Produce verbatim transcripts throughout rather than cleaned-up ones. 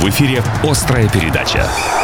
В эфире «Острая передача».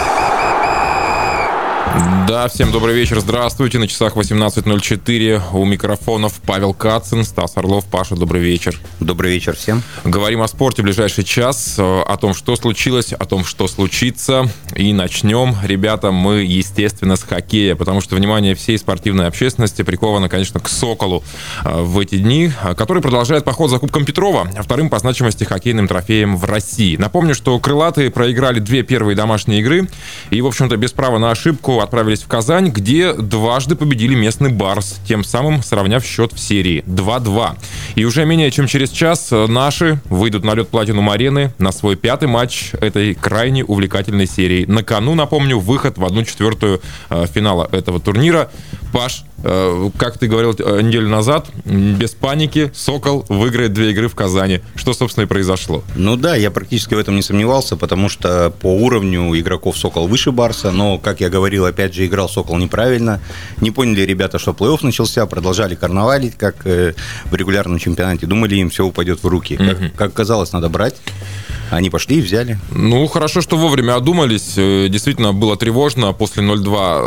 Да, всем добрый вечер, здравствуйте. На часах восемнадцать ноль четыре. У микрофонов Павел Кацин, Стас Орлов. Паша, добрый вечер. Добрый вечер всем. Говорим о спорте в ближайший час, о том, что случилось, о том, что случится. И начнем, ребята, мы, естественно, с хоккея, потому что внимание всей спортивной общественности приковано, конечно, к «Соколу» в эти дни, который продолжает поход за Кубком Петрова, вторым по значимости хоккейным трофеем в России. Напомню, что крылатые проиграли две первые домашние игры и, в общем-то, без права на ошибку отправились в Казань, где дважды победили местный «Барс», тем самым сравняв счет в серии два-два. И уже менее чем через час наши выйдут на лед Платинум-арены на свой пятый матч этой крайне увлекательной серии. На кону, напомню, выход в одну четвертую э, финала этого турнира. Паш, э, как ты говорил э, неделю назад, без паники «Сокол» выиграет две игры в Казани. Что, собственно, и произошло. Ну да, я практически в этом не сомневался, потому что по уровню игроков «Сокол» выше «Барса», но, как я говорил, опять же, играл «Сокол» неправильно. Не поняли ребята, что плей-офф начался, продолжали карнавалить, как э, в регулярном чемпионате. Думали, им все упадет в руки. Как, mm-hmm. как оказалось, надо брать. Они пошли и взяли. Ну, хорошо, что вовремя одумались. Действительно, было тревожно после ноль-два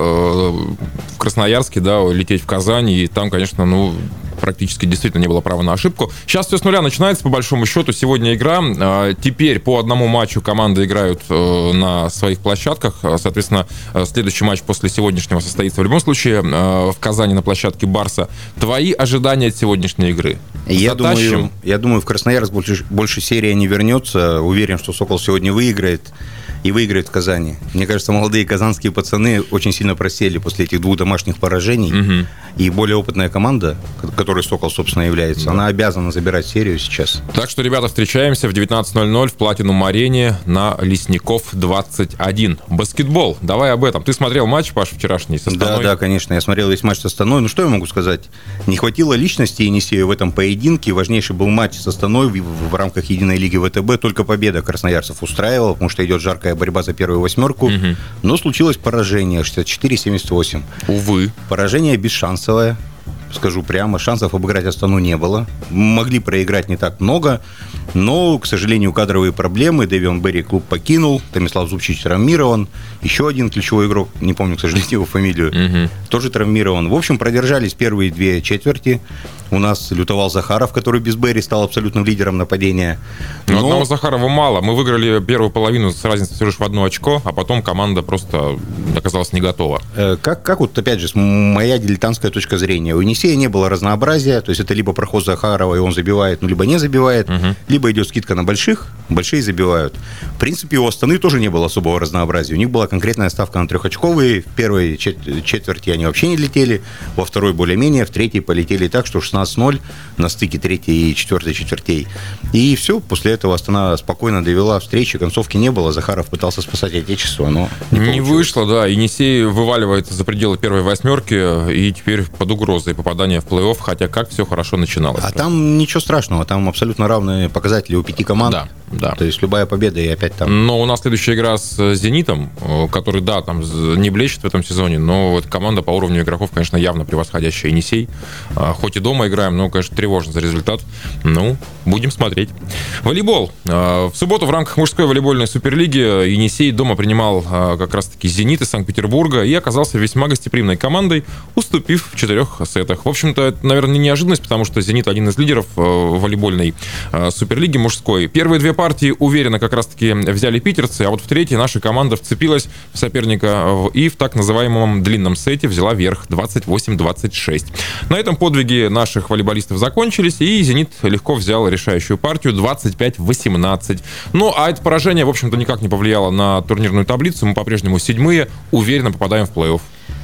в Красноярске, да, лететь в Казань. И там, конечно, ну, практически действительно не было права на ошибку. Сейчас все с нуля начинается, по большому счету. Сегодня игра. Теперь по одному матчу команды играют на своих площадках. Соответственно, следующий матч после сегодняшнего состоится в любом случае в Казани на площадке «Барса». Твои ожидания от сегодняшней игры? Я думаю, я думаю, в Красноярск больше, больше серия не вернется. Уверен, что «Сокол» сегодня выиграет. И выиграет в Казани. Мне кажется, молодые казанские пацаны очень сильно просели после этих двух домашних поражений. Угу. И более опытная команда, которой «Сокол», собственно, является, да. Она обязана забирать серию сейчас. Так что, ребята, встречаемся в девятнадцать ноль ноль в Платинум-арене на Лесников двадцать один. Баскетбол. Давай об этом. Ты смотрел матч, Паш, вчерашний со Станой? Да, да, конечно. Я смотрел весь матч со Станой. Ну, что я могу сказать? Не хватило личности Енисею в этом поединке. Важнейший был матч со Станой в, в рамках единой лиги ВТБ. Только победа красноярцев устраивала, потому что идет жаркая борьба за первую восьмерку, угу. Но случилось поражение шестьдесят четыре семьдесят восемь. Увы. Поражение бесшансовое, скажу прямо, шансов обыграть Астану не было. Могли проиграть не так много, но, к сожалению, кадровые проблемы. Дэвион Берри клуб покинул, Томислав Зубчич травмирован, еще один ключевой игрок, не помню, к сожалению, его фамилию, угу. тоже травмирован. В общем, продержались первые две четверти. У нас лютовал Захаров, который без Берри стал абсолютным лидером нападения. Но, но одного Захарова мало. Мы выиграли первую половину с разницей всего лишь в одно очко, а потом команда просто оказалась не готова. Как, как вот, опять же, моя дилетантская точка зрения. У Енисея не было разнообразия, то есть это либо проход Захарова, и он забивает, ну, либо не забивает, угу. либо идет скидка на больших, большие забивают. В принципе, у Астаны тоже не было особого разнообразия. У них была конкретная ставка на трехочковые. В первой четверти они вообще не летели, во второй более-менее, в третьей полетели так, что шестнадцать ноль на стыке третьей и четвертой четвертей. И все, после этого Астана спокойно довела встречи, концовки не было. Захаров пытался спасать отечество, но не, не вышло, да. Енисей вываливает за пределы первой восьмерки и теперь под угрозой попадания в плей-офф, хотя как все хорошо начиналось. А там ничего страшного, там абсолютно равные показатели у пяти команд. Да, да. То есть любая победа и опять там. Но у нас следующая игра с «Зенитом», который, да, там не блещет в этом сезоне, но вот команда по уровню игроков, конечно, явно превосходящая Енисей. Хоть и дома играем, но, конечно, тревожно за результат. Ну, будем смотреть. Волейбол. В субботу в рамках мужской волейбольной суперлиги Енисей дома принимал как раз-таки «Зенит» из Санкт-Петербурга и оказался весьма гостеприимной командой, уступив в четырех сетах. В общем-то, это, наверное, не неожиданность, потому что «Зенит» один из лидеров волейбольной суперлиги мужской. Первые две партии уверенно как раз-таки взяли питерцы, а вот в третьей наша команда вцепилась в соперника и в так называемом длинном сете взяла верх двадцать восемь двадцать шесть. На этом подвиги наших волейболистов закончились, и «Зенит» легко взял решающую партию двадцать пять восемнадцать. Ну, а это поражение, в общем-то, никак не повлияло на турнирную таблицу. Мы по-прежнему седьмые, уверенно попадаем в плей-офф.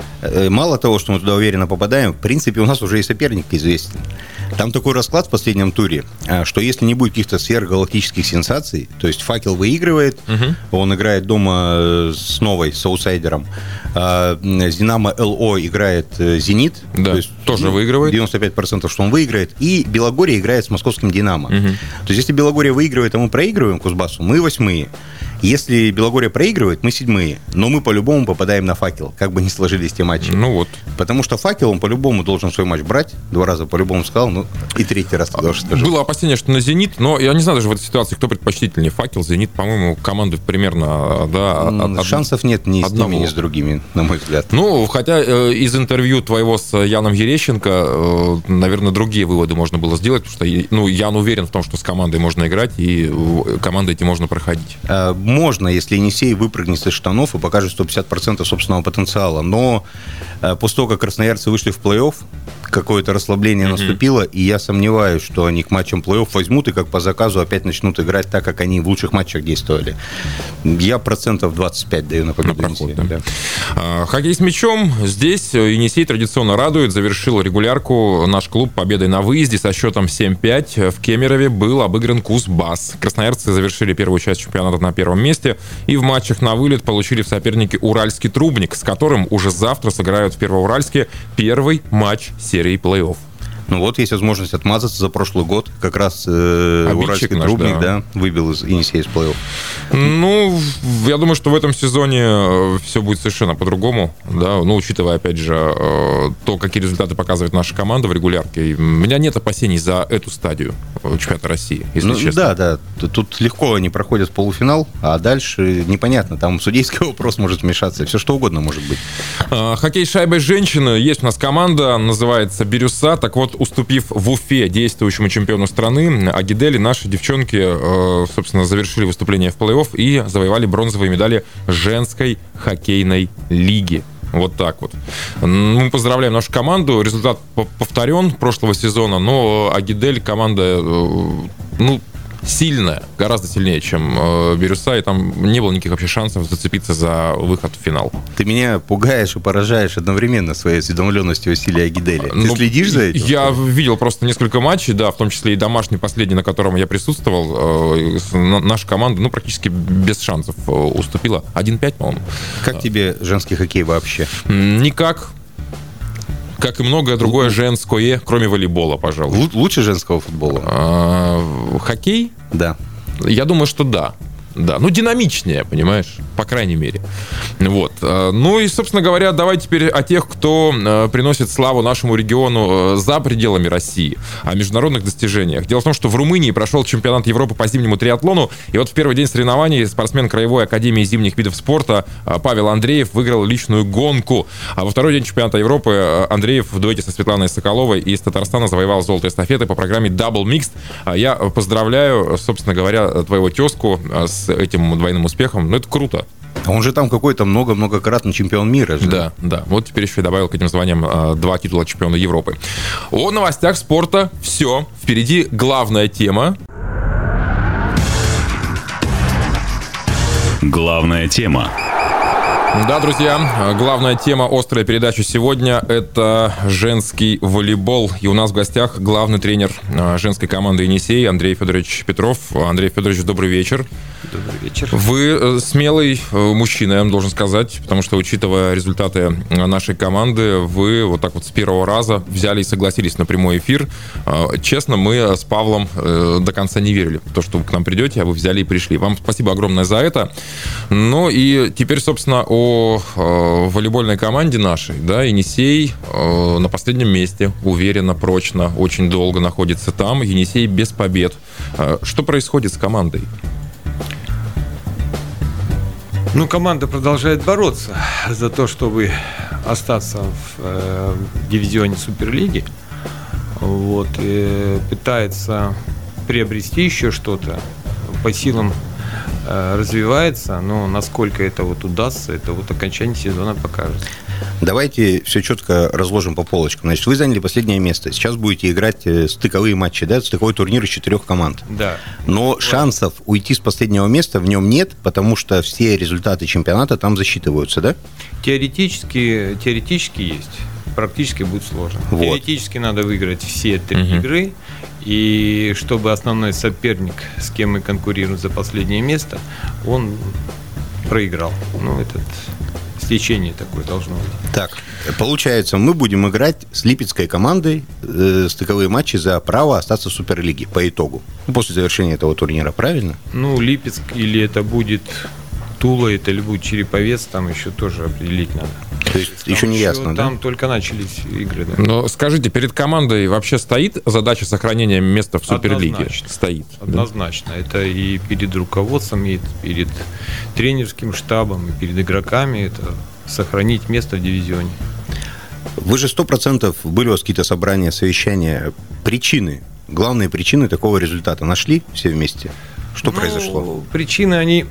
Мало того, что мы туда уверенно попадаем, в принципе, у нас уже и соперник известен. Там такой расклад в последнем туре, что если не будет каких-то сверхгалактических сенсаций, то есть «Факел» выигрывает, угу. он играет дома с Новой, с аутсайдером, с «Динамо» ЛО играет «Зенит», да, то есть тоже выигрывает. девяносто пять процентов, что он выиграет, и «Белогорье» играет с московским «Динамо». Угу. То есть если «Белогорье» выигрывает, а мы проигрываем Кузбассу, мы восьмые. Если Белогорье проигрывает, мы седьмые, но мы по-любому попадаем на «Факел», как бы ни сложились те матчи. Ну вот. Потому что «Факел», он по-любому должен свой матч брать, два раза по-любому сказал, ну и третий раз тогда уже скажу. Было опасение, что на «Зенит», но я не знаю даже в этой ситуации, кто предпочтительнее, «Факел», «Зенит», по-моему, команды примерно, да... Од... Шансов нет ни с одного. Теми, ни с другими, на мой взгляд. Ну, хотя э, из интервью твоего с Яном Ерещенко, э, наверное, другие выводы можно было сделать, потому что, ну, Ян уверен в том, что с командой можно играть, и командой эти можно проходить. Можно, если Енисей выпрыгнет из штанов и покажет сто пятьдесят процентов собственного потенциала, но после того, как красноярцы вышли в плей-офф, какое-то расслабление mm-hmm. наступило, и я сомневаюсь, что они к матчам плей-офф возьмут и как по заказу опять начнут играть так, как они в лучших матчах действовали. Я процентов двадцать пять даю на победу. На проход, да. Да. Хоккей с мячом. Здесь Енисей традиционно радует. Завершил регулярку наш клуб победой на выезде со счетом семь пять. В Кемерове был обыгран Кузбасс. Красноярцы завершили первую часть чемпионата на первом месте и в матчах на вылет получили в соперники Уральский Трубник, с которым уже завтра сыграют в Первоуральске первый матч серии плей-офф. Ну вот, есть возможность отмазаться за прошлый год. Как раз э, Уральский наш, Трубник, да. Да, выбил из Енисея из плей-офф. Ну, я думаю, что в этом сезоне все будет совершенно по-другому. Да? Ну, учитывая, опять же, то, какие результаты показывает наша команда в регулярке. У меня нет опасений за эту стадию чемпионата России, если ну, честно. Да, да. Тут легко они проходят в полуфинал, а дальше непонятно. Там судейский вопрос может вмешаться. Все что угодно может быть. Хоккей с шайбой женщины. Есть у нас команда, называется «Бирюса». Так вот, уступив в Уфе действующему чемпиону страны, Агидели, наши девчонки, собственно, завершили выступление в плей-офф и завоевали бронзовые медали женской хоккейной лиги. Вот так вот. Мы поздравляем нашу команду. Результат повторен прошлого сезона, но Агидель команда, ну, сильная, гораздо сильнее, чем э, Бирюса, и там не было никаких вообще шансов зацепиться за выход в финал. Ты меня пугаешь и поражаешь одновременно своей осведомленностью о силе Агидели. Ты ну, следишь за этим? Я видел просто несколько матчей, да, в том числе и домашний последний, на котором я присутствовал. Э, наша команда, ну, практически без шансов э, уступила. один пять, по-моему. Как тебе женский хоккей вообще? Никак. Как и многое другое женское, кроме волейбола, пожалуй. Лучше женского футбола? А, хоккей? Да. Я думаю, что да. Да, ну динамичнее, понимаешь, по крайней мере. Вот. Ну и, собственно говоря, давай теперь о тех, кто приносит славу нашему региону за пределами России, о международных достижениях. Дело в том, что в Румынии прошел чемпионат Европы по зимнему триатлону, и вот в первый день соревнований спортсмен Краевой академии зимних видов спорта Павел Андреев выиграл личную гонку. А во второй день чемпионата Европы Андреев в дуэте со Светланой Соколовой из Татарстана завоевал золото эстафеты по программе Double Mixed. Я поздравляю, собственно говоря, твоего тезку с этим двойным успехом. Ну, это круто. А он же там какой-то много-многократный чемпион мира. Же. Да, да. Вот теперь еще и добавил к этим званиям а, два титула чемпиона Европы. О новостях спорта все. Впереди главная тема. Главная тема. Да, друзья, главная тема острой передачи сегодня – это женский волейбол. И у нас в гостях главный тренер женской команды «Енисей» Андрей Федорович Петров. Андрей Федорович, добрый вечер. Добрый вечер. Вы смелый мужчина, я вам должен сказать, потому что, учитывая результаты нашей команды, вы вот так вот с первого раза взяли и согласились на прямой эфир. Честно, мы с Павлом до конца не верили в то, что вы к нам придете, а вы взяли и пришли. Вам спасибо огромное за это. Ну и теперь, собственно, о О волейбольной команде нашей, да, Енисей э, на последнем месте, уверенно, прочно, очень долго находится там. Енисей без побед. Э, что происходит с командой? Ну, команда продолжает бороться за то, чтобы остаться в э, дивизионе Суперлиги. Вот, и пытается приобрести еще что-то по силам. Развивается, но насколько это вот удастся, это вот окончание сезона покажет. Давайте все четко разложим по полочкам. Значит, вы заняли последнее место. Сейчас будете играть стыковые матчи, да, стыковой турнир из четырех команд. Да. Но вот. Шансов уйти с последнего места в нем нет, потому что все результаты чемпионата там засчитываются, да? Теоретически, теоретически есть. Практически будет сложно. Вот. Теоретически надо выиграть все три угу. игры, и чтобы основной соперник, с кем мы конкурируем за последнее место, он проиграл. Ну, этот стечение такое должно быть. Так, получается, мы будем играть с липецкой командой э, стыковые матчи за право остаться в Суперлиге по итогу. После завершения этого турнира, правильно? Ну, Липецк или это будет Тула, это или будет Череповец, там еще тоже определить надо. То есть Там еще не ясно, да? Там только начались игры, да. Но скажите, перед командой вообще стоит задача сохранения места в Суперлиге? Однозначно. Стоит. да? Однозначно. Это и перед руководством, и перед тренерским штабом, и перед игроками. Это сохранить место в дивизионе. Вы же сто процентов были у вас какие-то собрания, совещания. Причины, главные причины такого результата нашли все вместе? Что Ну, произошло? Причины, они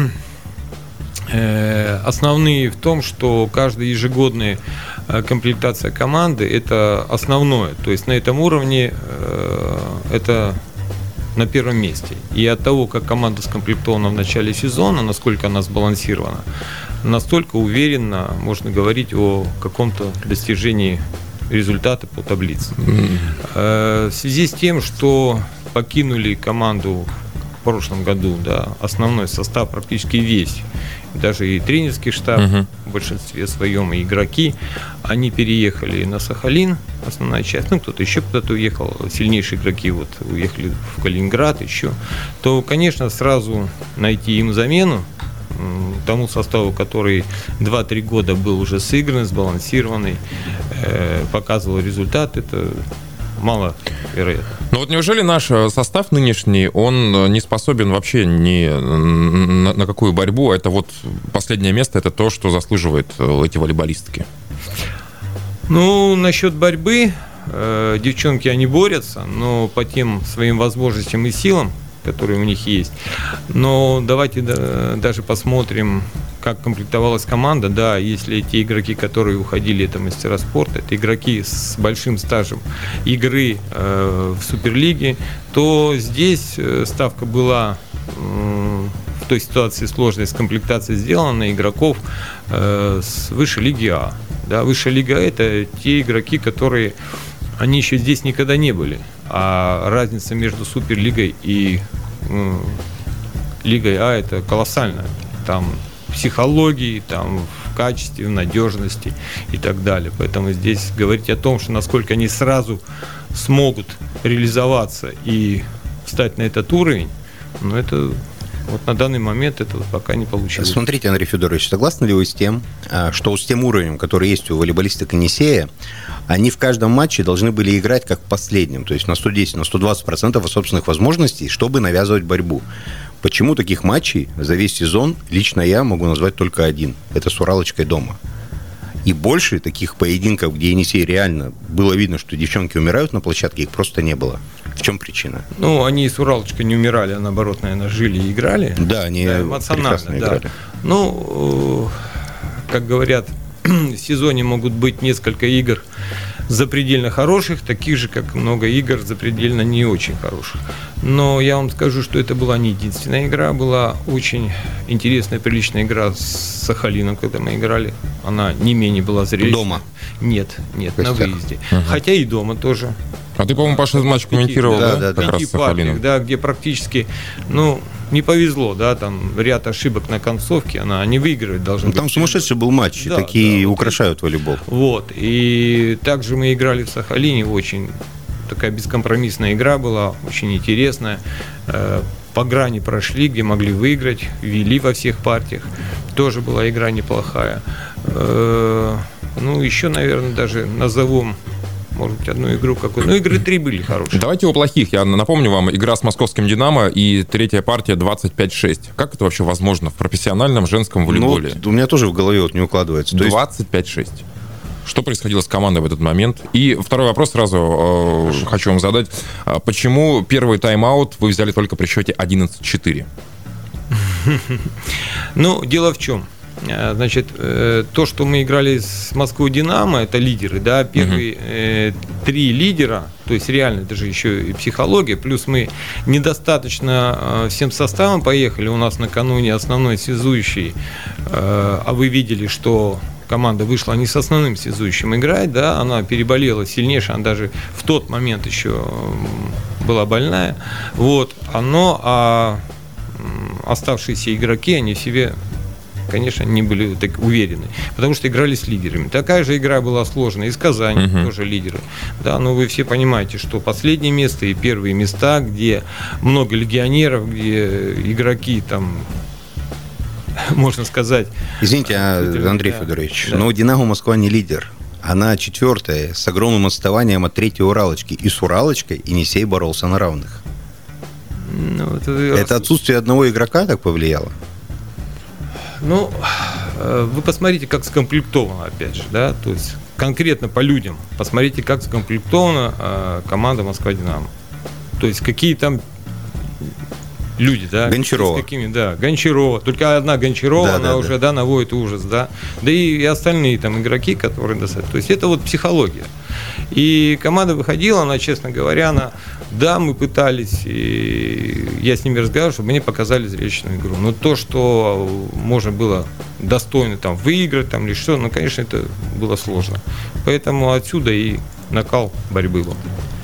э, основные в том, что каждая ежегодная э, комплектация команды – это основное. То есть на этом уровне э, это на первом месте. И от того, как команда скомплектована в начале сезона, насколько она сбалансирована, настолько уверенно можно говорить о каком-то достижении результата по таблице. Э, В связи с тем, что покинули команду в прошлом году, да, основной состав практически весь, даже и тренерский штаб Мгм. в большинстве своем, и игроки, они переехали на Сахалин, основная часть, ну, кто-то еще куда-то уехал, сильнейшие игроки вот уехали в Калининград еще, то, конечно, сразу найти им замену, м, тому составу, который два-три года был уже сыгранный, сбалансированный, э, показывал результат, это маловероятно. Ну вот неужели наш э, состав нынешний, он э, не способен вообще ни на, на какую борьбу? Это вот последнее место, это то, что заслуживает э, эти волейболистки. Ну, насчет борьбы, э, девчонки, они борются, но по тем своим возможностям и силам, которые у них есть. Но давайте да, даже посмотрим, как комплектовалась команда. Да, если те игроки, которые уходили, это мастера спорта, это игроки с большим стажем игры э, в Суперлиге, то здесь э, ставка была э, в той ситуации сложной с комплектацией сделана на игроков э, с высшей лиги А. Да, высшая лига – это те игроки, которые, они еще здесь никогда не были. А разница между Суперлигой и э, Лигой А – это колоссальная. Там в психологии, там в качестве, в надежности и так далее. Поэтому здесь говорить о том, что насколько они сразу смогут реализоваться и встать на этот уровень, ну это вот на данный момент это пока не получилось. Смотрите, Андрей Федорович, согласны ли вы с тем, что с тем уровнем, который есть у волейболисток Енисея, они в каждом матче должны были играть как в последнем, то есть на сто десять, на сто двадцать процентов от собственных возможностей, чтобы навязывать борьбу? Почему таких матчей за весь сезон лично я могу назвать только один? Это с Уралочкой дома. И больше таких поединков, где Енисей реально было видно, что девчонки умирают на площадке, их просто не было. В чем причина? Ну, они с Уралочкой не умирали, а наоборот, наверное, жили и играли. Да, они Да, эмоционально, прекрасно да. играли. Ну, э, как говорят, в сезоне могут быть несколько игр запредельно хороших, таких же, как много игр запредельно не очень хороших. Но я вам скажу, что это была не единственная игра, была очень интересная, приличная игра с Сахалином, когда мы играли. Она не менее была зрелищной. Дома? Нет, нет, В на гостях? выезде. Хотя и дома тоже. А ты, по-моему, Паша, этот матч комментировал, Да, да? да, да. Как раз Пяти с Сахалином. партиях, да, где практически, ну, не повезло, да, там ряд ошибок на концовке, она не выигрывать должна Ну, там быть. сумасшедший был матч, Да, такие да, вот украшают волейбол. Вот, и также мы играли в Сахалине, очень такая бескомпромиссная игра была, очень интересная. Э, По грани прошли, где могли выиграть, вели во всех партиях. Тоже была игра неплохая. Э, Ну, еще, наверное, даже назовем, может быть, одну игру какую-то. Ну, игры три были хорошие. Давайте о плохих. Я напомню вам, игра с московским «Динамо» и третья партия двадцать пять шесть. Как это вообще возможно в профессиональном женском Ну, волейболе? вот у меня тоже в голове вот не укладывается. То есть двадцать пять шесть. Что происходило с командой в этот момент? И второй вопрос сразу э, хочу вам задать. А Почему первый тайм-аут вы взяли только при счете одиннадцать четыре? Ну, дело в чем? Э, Значит, э, то, что мы играли с Москвой «Динамо», это лидеры, да, первые э, три лидера, то есть реально, это же еще и психология, плюс мы недостаточно э, всем составом поехали, у нас накануне основной связующий, э, а вы видели, что команда вышла не с основным связующим играть, да, она переболела сильнейшая, она даже в тот момент еще м, была больная, вот, оно, а м, оставшиеся игроки, они в себе конечно, не были так уверены, потому что играли с лидерами. Такая же игра была сложная и с Казани, uh-huh. тоже лидеры. Да, но вы все понимаете, что последнее место и первые места, где много легионеров, где игроки там, можно сказать... Извините, Андрей да, Федорович, да. но «Динамо Москва» не лидер. Она четвертая, с огромным отставанием от третьей «Уралочки». И с «Уралочкой» Енисей боролся на равных. Ну, это... это отсутствие одного игрока так повлияло? Ну, вы посмотрите, как скомплектовано, опять же, да, то есть конкретно по людям. Посмотрите, как скомплектована команда «Москва-Динамо». То есть какие там люди, да. Гончарова. Какими, да, Гончарова. Только одна Гончарова, да, она да, уже, да. да, наводит ужас, да. Да и, и остальные там игроки, которые достаточно. То есть это вот психология. И команда выходила, она, честно говоря, она, да, мы пытались, и я с ними разговаривал, чтобы мне показали зрелищную игру. Но то, что можно было достойно там выиграть, там или что, ну, конечно, это было сложно. Поэтому отсюда и накал борьбы был.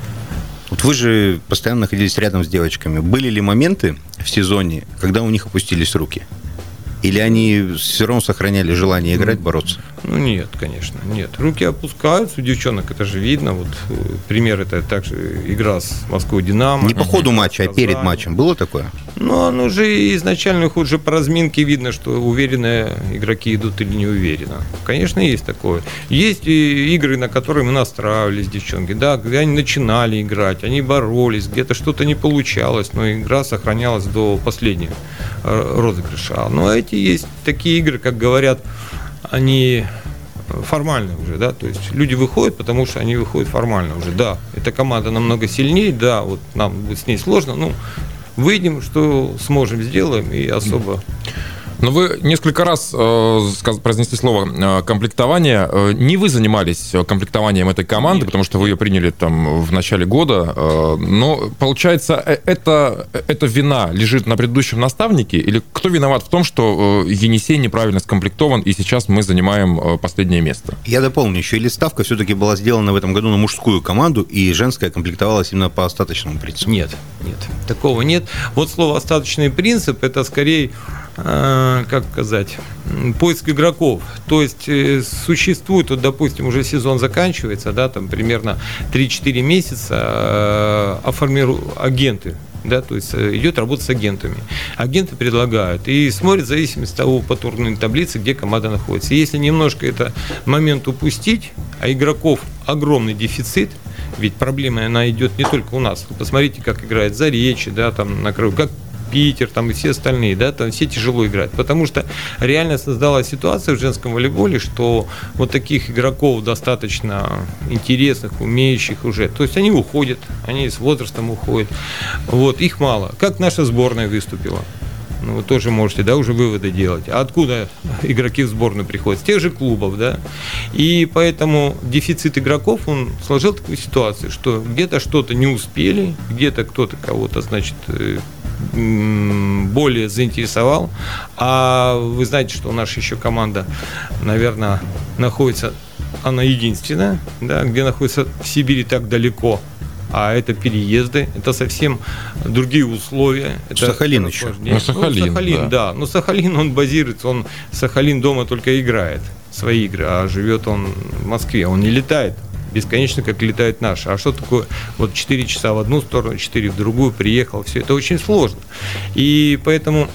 Вот вы же постоянно находились рядом с девочками. Были ли моменты в сезоне, когда у них опустились руки? Или они все равно сохраняли желание играть, бороться? Ну, нет, конечно, нет. Руки опускаются у девчонок, это же видно. Вот пример, это также игра с Москвой-Динамо. Не по ходу матча, а перед матчем. Было такое? Ну, оно же изначально хоть же по разминке видно, что уверенные игроки идут или не уверенно. Конечно, есть такое. Есть и игры, на которые мы настраивались, девчонки, да, где они начинали играть, они боролись, где-то что-то не получалось, но игра сохранялась до последнего розыгрыша. Но эти есть такие игры, как говорят, они формально уже, да, то есть люди выходят, потому что они выходят формально уже, да, эта команда намного сильнее, да, вот нам будет с ней сложно, ну, выйдем, что сможем, сделаем, и особо... Но вы несколько раз э, произнесли слово э, комплектование. Э, не вы занимались комплектованием этой команды, Нет. потому что вы ее приняли там в начале года. Э, но, получается, это, эта вина лежит на предыдущем наставнике? Или кто виноват в том, что э, Енисей неправильно скомплектован, и сейчас мы занимаем э, последнее место? Я дополню еще. Или ставка все-таки была сделана в этом году на мужскую команду, и женская комплектовалась именно по остаточному принципу? Нет, нет. Такого нет. Вот слово «остаточный принцип» — это скорее... как сказать, поиск игроков. То есть существует, вот, допустим, уже сезон заканчивается, да, там примерно три-четыре месяца оформируют агенты. Да, то есть идет работа с агентами. Агенты предлагают и смотрят в зависимости от того, по турнирной таблице, где команда находится. И если немножко этот момент упустить, а игроков огромный дефицит, ведь проблема, она идет не только у нас. Вы посмотрите, как играет Заречье, да, там на краю, как Питер, там и все остальные, да, там все тяжело играют, потому что реально создалась ситуация в женском волейболе, что вот таких игроков достаточно интересных, умеющих уже, то есть они уходят, они с возрастом уходят, вот, их мало. Как наша сборная выступила? Ну, вы тоже можете, да, уже выводы делать. А откуда игроки в сборную приходят? С тех же клубов, да. И поэтому дефицит игроков, он сложил такую ситуацию, что где-то что-то не успели, где-то кто-то кого-то, значит, более заинтересовал. А вы знаете, что наша еще команда, наверное, находится, она единственная, да, где находится в Сибири так далеко. А это переезды, это совсем другие условия. Это Сахалин еще. Ну, Сахалин, ну, Сахалин, да. да. Но Сахалин, он базируется, он Сахалин дома только играет свои игры, а живет он в Москве. Он не летает бесконечно, как летают наши. А что такое вот четыре часа в одну сторону, четыре в другую, приехал, все это очень сложно. И поэтому,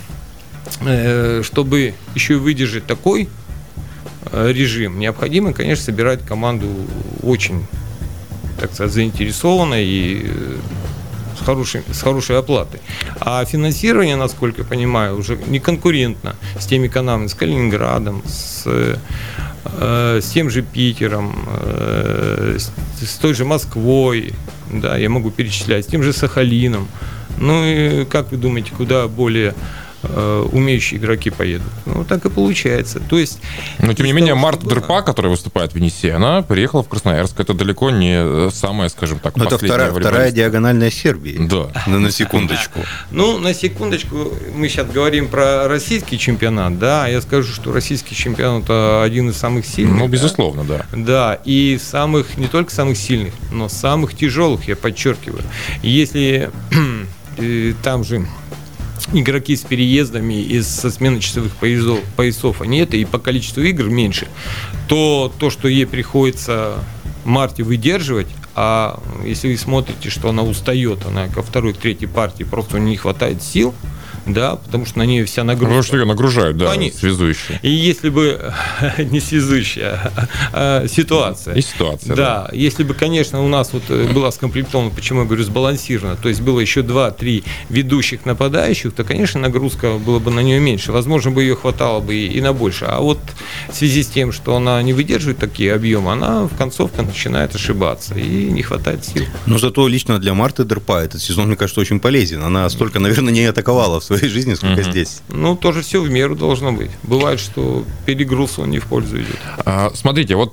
чтобы еще и выдержать такой режим, необходимо, конечно, собирать команду очень, так сказать, заинтересованной и с хорошей, с хорошей оплатой. А финансирование, насколько я понимаю, уже не конкурентно с теми каналами, с Калининградом, с, э, с тем же Питером, э, с, с той же Москвой, да, я могу перечислять, с тем же Сахалином. Ну и как вы думаете, куда более умеющие игроки поедут? Ну, так и получается. То есть, но, тем не менее, Марта Дрпа, которая выступает в Енисее, она приехала в Красноярск. Это далеко не самая, скажем так, последняя. Это вторая, вторая диагональная Сербии. Да. Ну, на секундочку. Ну, на секундочку, мы сейчас говорим про российский чемпионат, да, я скажу, что российский чемпионат – это один из самых сильных. Ну, безусловно, да. Да, и самых, не только самых сильных, но самых тяжелых, я подчеркиваю. Если там же игроки с переездами и со сменой часовых поясов, поясов, они это, и по количеству игр меньше, то то, что ей приходится Марте выдерживать, а если вы смотрите, что она устает, она ко второй, к третьей партии просто у нее не хватает сил, да, потому что на нее вся нагрузка. Потому что ее нагружают, да, Конечно. связующие. И если бы не связующая, а ситуация. И ситуация, да. да. Если бы, конечно, у нас вот была скомплектована, почему я говорю, сбалансирована, то есть было еще два-три ведущих нападающих, то, конечно, нагрузка была бы на нее меньше. Возможно, бы ее хватало бы и на больше. А вот в связи с тем, что она не выдерживает такие объемы, она в концовке начинает ошибаться и не хватает сил. Но зато лично для Марты Дерпа этот сезон, мне кажется, очень полезен. Она столько, наверное, не атаковала в своей жизни, сколько uh-huh. здесь. Ну, тоже все в меру должно быть. Бывает, что перегруз, он не в пользу идет. А, смотрите, вот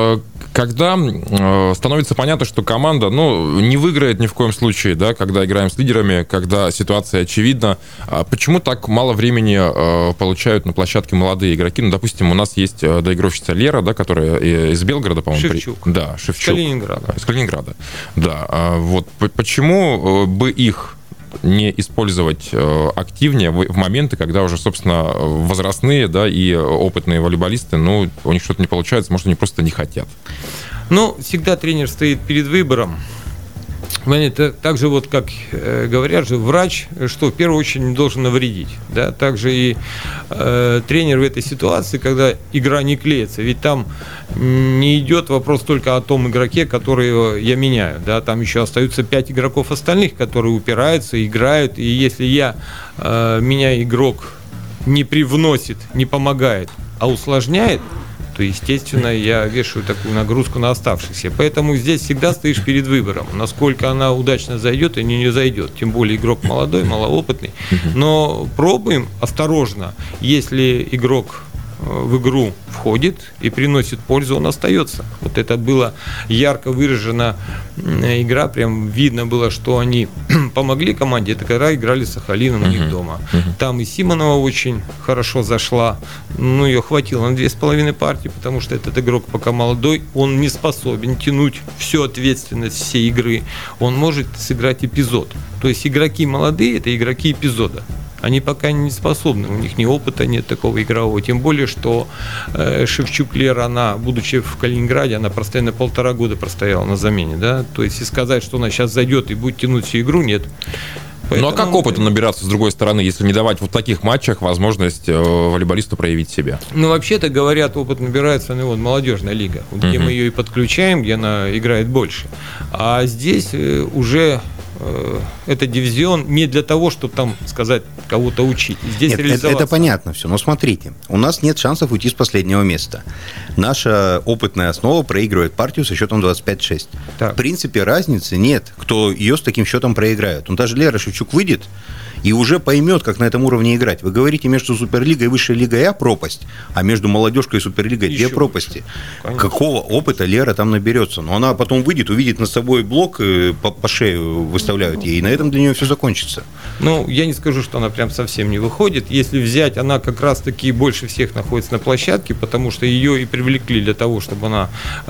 когда становится понятно, что команда, ну, не выиграет ни в коем случае, да, когда играем с лидерами, когда ситуация очевидна, почему так мало времени получают на площадке молодые игроки? Ну, допустим, у нас есть доигровщица Лера, да, которая из Белгорода, по-моему. Шевчук. При... Да, Шевчук. Из Калининграда. Из Калининграда, да. Вот почему бы их не использовать активнее в моменты, когда уже, собственно, возрастные, да, и опытные волейболисты, ну, у них что-то не получается, может, они просто не хотят. Ну, всегда тренер стоит перед выбором. Это так же, вот как э, говорят же, врач, что в первую очередь не должен навредить. Да? Также и э, тренер в этой ситуации, когда игра не клеится. Ведь там не идет вопрос только о том игроке, который я меняю. Да? Там еще остаются пять игроков остальных, которые упираются, играют. И если я, э, меня игрок не привносит, не помогает, а усложняет, то, естественно, я вешаю такую нагрузку на оставшихся. Поэтому здесь всегда стоишь перед выбором, насколько она удачно зайдет и не зайдет. Тем более игрок молодой, малоопытный. Но пробуем осторожно. Если игрок в игру входит и приносит пользу, он остается. Вот это было ярко выражена игра, прям видно было, что они помогли команде. Это когда играли с Сахалином у них uh-huh. дома. Uh-huh. Там и Симонова очень хорошо зашла, ну ее хватило на две с половиной партии, потому что этот игрок пока молодой, он не способен тянуть всю ответственность всей игры. Он может сыграть эпизод. То есть игроки молодые — это игроки эпизода. Они пока не способны, у них ни опыта нет такого игрового. Тем более, что э, Шевчук Лера, она, будучи в Калининграде, она постоянно полтора года простояла на замене. Да? То есть, и сказать, что она сейчас зайдет и будет тянуть всю игру, нет. Поэтому... Ну а как опыту набираться, с другой стороны, если не давать вот в таких матчах возможность волейболисту проявить себя? Ну, вообще-то говорят, опыт набирается, ну вот, молодежная лига, где uh-huh. мы ее и подключаем, где она играет больше. А здесь уже э, это дивизион не для того, чтобы там, сказать, кого-то учить. Здесь Нет, это, это понятно все, но смотрите, у нас нет шансов уйти с последнего места. Наша опытная основа проигрывает партию со счетом двадцать пять шесть. Так. В принципе, разницы нет, кто ее с таким счетом проиграет. Он даже Лера Шевчук выйдет и уже поймет, как на этом уровне играть. Вы говорите, между Суперлигой и Высшей Лигой А пропасть, а между Молодежкой и Суперлигой две пропасти. Какого опыта Лера там наберется? Но она потом выйдет, увидит над собой блок, по, по шее выставляют ей, и на этом для нее все закончится. Ну, я не скажу, что она прям совсем не выходит. Если взять, она как раз-таки больше всех находится на площадке, потому что ее и привлекли для того, чтобы она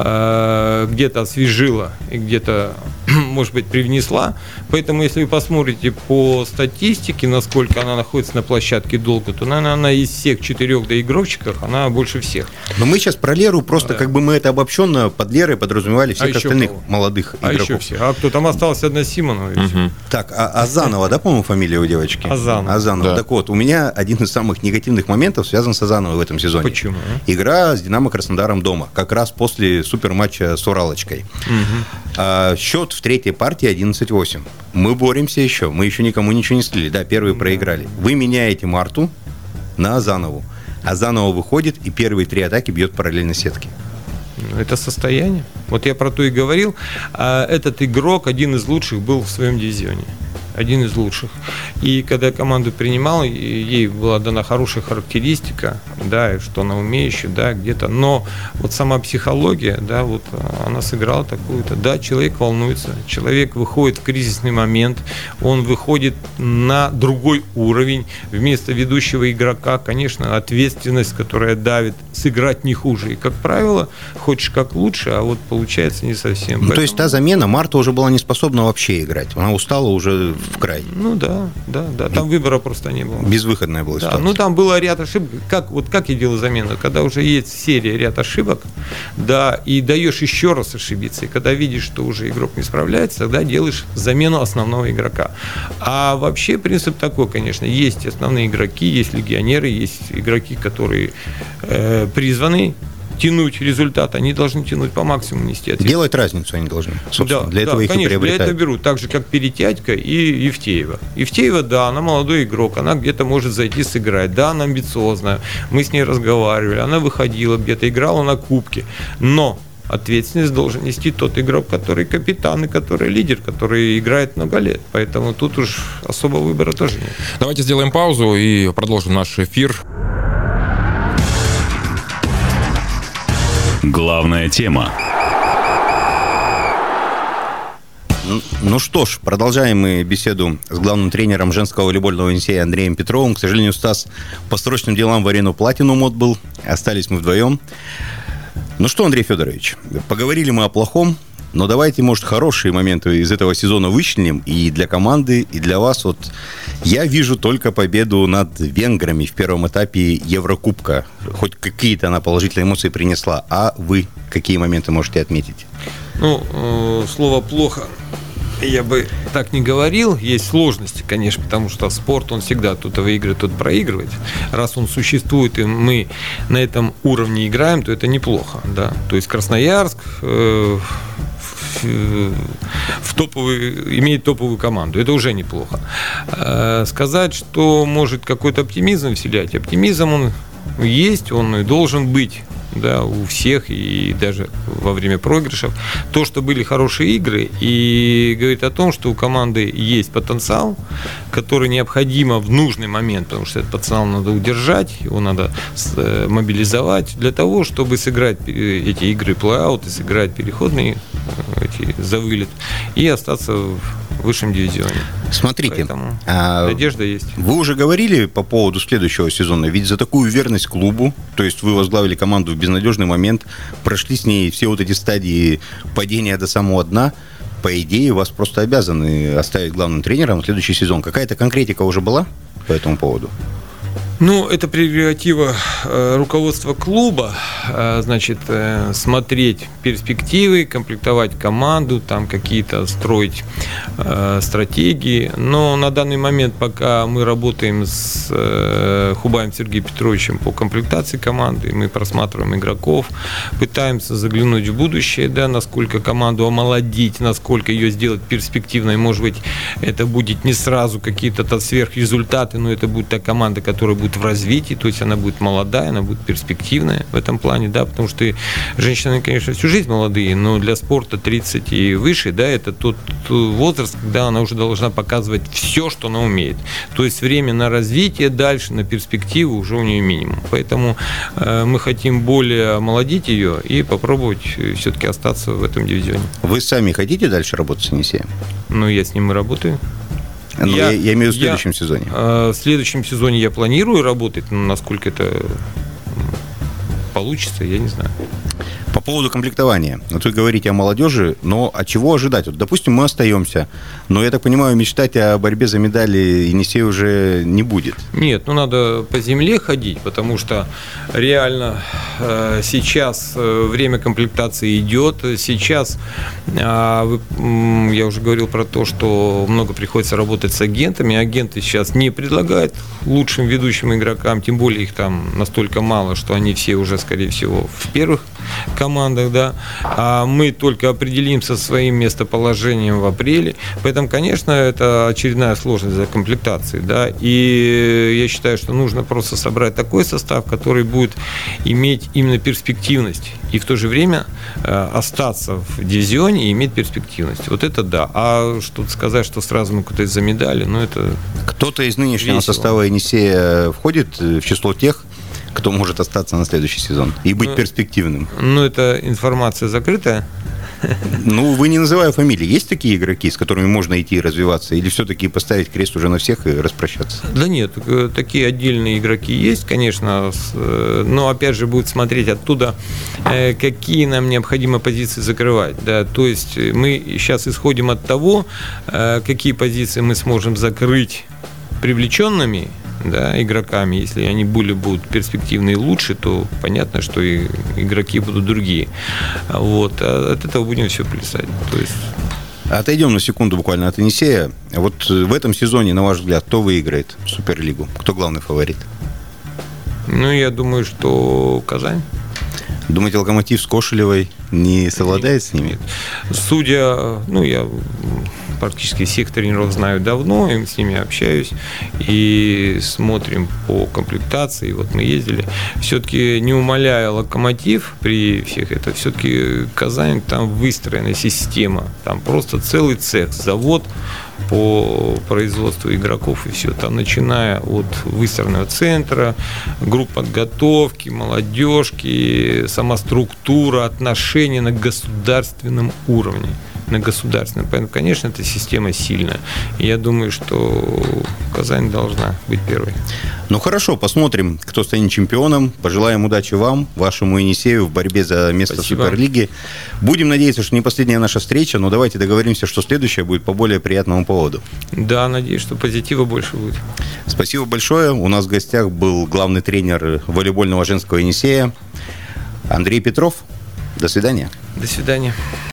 э, где-то освежила и где-то, может быть, привнесла. Поэтому, если вы посмотрите по статистике, насколько она находится на площадке долго, то, наверное, она из всех четырех доигровщиков, она больше всех. Но мы сейчас про Леру, просто как бы мы это обобщенно под Лерой подразумевали всех а остальных кого? молодых а игроков. Еще все. А кто там остался? Одна Симонова. Угу. Так, а Азанова, да, по-моему, фамилия у девочки? Азанова. Азанова. Да. Так вот, у меня один из самых негативных моментов связан с Азановой в этом сезоне. Почему? Игра с Динамо Краснодаром дома, как раз после суперматча с Уралочкой. Угу. А, счет в третьей партии одиннадцать восемь. Мы боремся еще, мы еще никому ничего не слили. Да, первые да. проиграли. Вы меняете Марту на Азанову. Азанова выходит и первые три атаки бьет параллельно сетке. Это состояние. Вот я про то и говорил. Этот игрок один из лучших был в своем дивизионе. Один из лучших. И когда команду принимал, ей была дана хорошая характеристика, да, что она умеющая, да, где-то. Но вот сама психология, да, вот она сыграла такую-то. Да, человек волнуется, человек выходит в кризисный момент, он выходит на другой уровень. Вместо ведущего игрока, конечно, ответственность, которая давит, сыграть не хуже. И, как правило, хочешь как лучше, а вот получается не совсем. Ну, поэтому... То есть та замена, Марта уже была не способна вообще играть. Она устала уже в край. Ну да, да, да. Там выбора просто не было. Безвыходная была Да, ситуация. ну там было ряд ошибок. Как, вот как я делаю замену? Когда уже есть серия, ряд ошибок, да, и даешь еще раз ошибиться, и когда видишь, что уже игрок не справляется, тогда делаешь замену основного игрока. А вообще принцип такой, конечно, есть основные игроки, есть легионеры, есть игроки, которые э, призваны тянуть результат, они должны тянуть по максимуму, нести ответственность. Делать разницу они должны. Собственно, Да, для этого да, их конечно, и приобретают. для этого берут. Так же, как Перетятько и Евтеева. Евтеева, да, она молодой игрок, она где-то может зайти сыграть. Да, она амбициозная. Мы с ней разговаривали, она выходила где-то, играла на кубке. Но ответственность должен нести тот игрок, который капитан и который лидер, который играет много лет. Поэтому тут уж особого выбора тоже нет. Давайте сделаем паузу и продолжим наш эфир. Главная тема. Ну, ну что ж, продолжаем мы беседу с главным тренером женского волейбольного Енисея Андреем Петровым. К сожалению, Стас по срочным делам в арену Платинум отбыл. Остались мы вдвоем. Ну что, Андрей Федорович, поговорили мы о плохом, но давайте, может, хорошие моменты из этого сезона вычленим и для команды, и для вас. Вот я вижу только победу над венграми в первом этапе Еврокубка. Хоть какие-то она положительные эмоции принесла. А вы какие моменты можете отметить? Ну, э, слово «плохо» я бы так не говорил. Есть сложности, конечно, потому что спорт, он всегда тут выигрывает, тут проигрывает. Раз он существует, и мы на этом уровне играем, то это неплохо, да. То есть Красноярск э, в, в топовый, имеет топовую команду. Это уже неплохо. Э, сказать, что может какой-то оптимизм вселять, оптимизм он есть, он и должен быть. Да, у всех, и даже во время проигрышев, то, что были хорошие игры, и говорит о том, что у команды есть потенциал, который необходимо в нужный момент, потому что этот потенциал надо удержать, его надо мобилизовать для того, чтобы сыграть эти игры плей-аут и сыграть переходные эти, за вылет и остаться в высшем дивизионе. Смотрите, Поэтому а надежда есть. Вы уже говорили по поводу следующего сезона, ведь за такую верность клубу, то есть вы возглавили команду в безнадежный момент, прошли с ней все вот эти стадии падения до самого дна, по идее вас просто обязаны оставить главным тренером в следующий сезон. Какая-то конкретика уже была по этому поводу? Ну, это прерогатива э, руководства клуба, э, значит, э, смотреть перспективы, комплектовать команду, там какие-то строить э, стратегии. Но на данный момент, пока мы работаем с э, Хубаем Сергеем Петровичем по комплектации команды, мы просматриваем игроков, пытаемся заглянуть в будущее, да, насколько команду омолодить, насколько ее сделать перспективной. Может быть, это будет не сразу какие-то сверхрезультаты, но это будет та команда, которая будет в развитии, то есть она будет молодая, она будет перспективная в этом плане, да, потому что женщины, конечно, всю жизнь молодые, но для спорта тридцать и выше, да, это тот возраст, когда она уже должна показывать все, что она умеет. То есть время на развитие дальше, на перспективу уже у нее минимум. Поэтому э, мы хотим более омолодить ее и попробовать все-таки остаться в этом дивизионе. Вы сами хотите дальше работать с Енисеем? Ну, я с ним и работаю. Ну, я, я, я имею в виду в следующем я, сезоне. Э, в следующем сезоне я планирую работать, но насколько это получится, я не знаю. По поводу комплектования. Вот вы говорите о молодежи, но от чего ожидать? Вот, допустим, мы остаемся, но, я так понимаю, мечтать о борьбе за медали Енисей уже не будет. Нет, ну надо по земле ходить, потому что реально э, сейчас э, время комплектации идет. Сейчас э, вы, э, я уже говорил про то, что много приходится работать с агентами. Агенты сейчас не предлагают лучшим ведущим игрокам, тем более их там настолько мало, что они все уже, скорее всего, в первых командах, да, а мы только определимся своим местоположением в апреле, поэтому, конечно, это очередная сложность за комплектацией, да, и я считаю, что нужно просто собрать такой состав, который будет иметь именно перспективность и в то же время э, остаться в дивизионе и иметь перспективность, вот это да, а что-то сказать, что сразу мы куда-то за медали, ну это Кто-то из нынешнего весело. состава Енисея входит в число тех, кто может остаться на следующий сезон и быть ну, перспективным? Ну, это информация закрытая, Ну, вы не называя фамилии, есть такие игроки, с которыми можно идти и развиваться? Или все-таки поставить крест уже на всех и распрощаться? Да нет, такие отдельные игроки есть, конечно, но опять же будет смотреть оттуда, какие нам необходимо позиции закрывать. Да? То есть мы сейчас исходим от того, какие позиции мы сможем закрыть привлеченными, да, игроками. Если они были, будут перспективные лучше, то понятно, что и игроки будут другие. Вот. А от этого будем все плясать. То есть... Отойдем на секунду буквально от Енисея. Вот в этом сезоне, на ваш взгляд, кто выиграет Суперлигу? Кто главный фаворит? Ну, я думаю, что Казань. Думаете, Локомотив с Кошелевой не совладает с ними? Нет. Судя, ну, я практически всех тренеров знаю давно, и с ними общаюсь, и смотрим по комплектации. Вот мы ездили. Все-таки, не умаляя Локомотив при всех это, все-таки Казань, там выстроена система, там просто целый цех, завод по производству игроков и все. Там, начиная от выстроенного центра, групп подготовки, молодежки, сама структура, отношения на государственном уровне. На государственном. Поэтому, конечно, эта система сильная. И я думаю, что Казань должна быть первой. Ну хорошо, посмотрим, кто станет чемпионом. Пожелаем удачи вам, вашему Енисею в борьбе за место Спасибо. в Суперлиге. Будем надеяться, что не последняя наша встреча, но давайте договоримся, что следующая будет по более приятному поводу. Да, надеюсь, что позитива больше будет. Спасибо большое. У нас в гостях был главный тренер волейбольного женского Енисея Андрей Петров. До свидания. До свидания.